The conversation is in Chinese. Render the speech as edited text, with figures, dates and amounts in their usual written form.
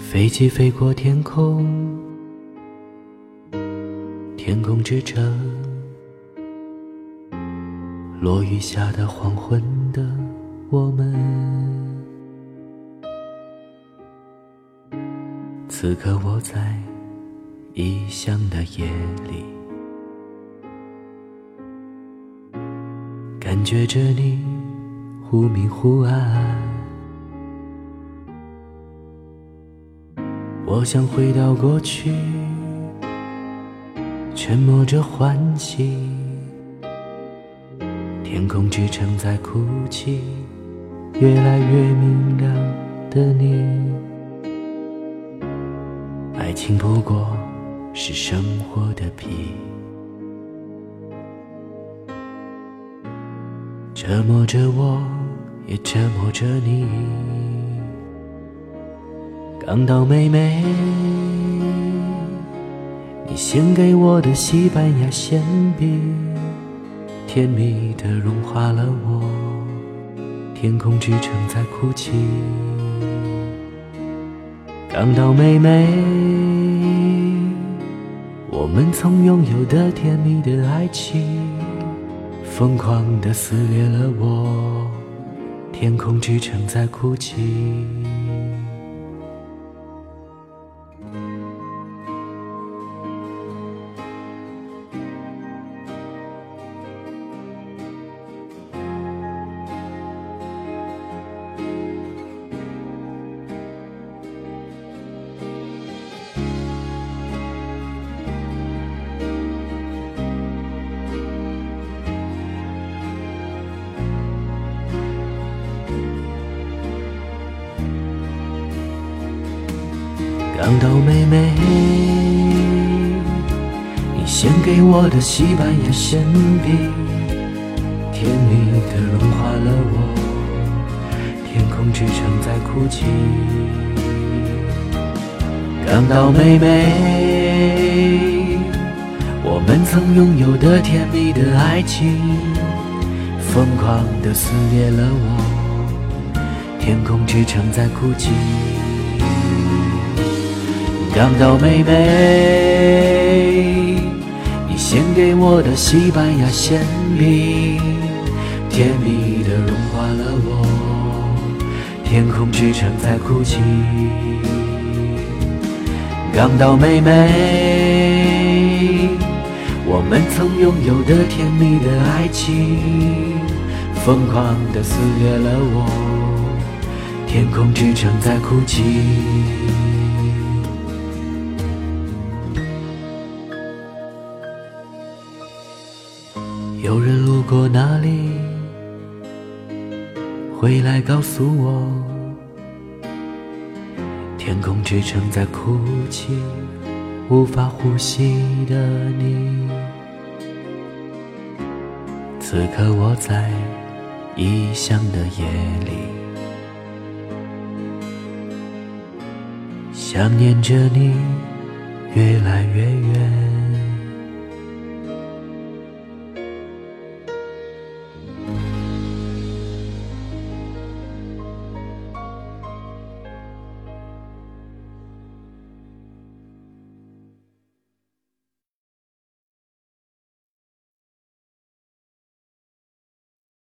飞机飞过天空，天空之城，落雨下的黄昏的我们，此刻我在异乡的夜里，感觉着你忽明忽暗，我想回到过去，沉默着欢喜，天空之城在哭泣，越来越明亮的你，爱情不过是生活的皮，折磨着我，也折磨着你。港岛妹妹，你献给我的西班牙馅饼，甜蜜地融化了我，天空之城在哭泣。港岛妹妹，我们曾拥有的甜蜜的爱情，疯狂地撕裂了我，天空之城在哭泣。港岛妹妹，你献给我的西班牙馅饼，甜蜜地融化了我，天空之城在哭泣。港岛妹妹，我们曾拥有的甜蜜的爱情，疯狂地撕裂了我，天空之城在哭泣。港岛妹妹，你献给我的西班牙馅饼，甜蜜地融化了我，天空之城在哭泣。港岛妹妹，我们曾拥有的甜蜜的爱情，疯狂地撕裂了我，天空之城在哭泣。有人路过那里，回来告诉我，天空之城在哭泣，无法呼吸的你。此刻我在异乡的夜里，想念着你越来越远。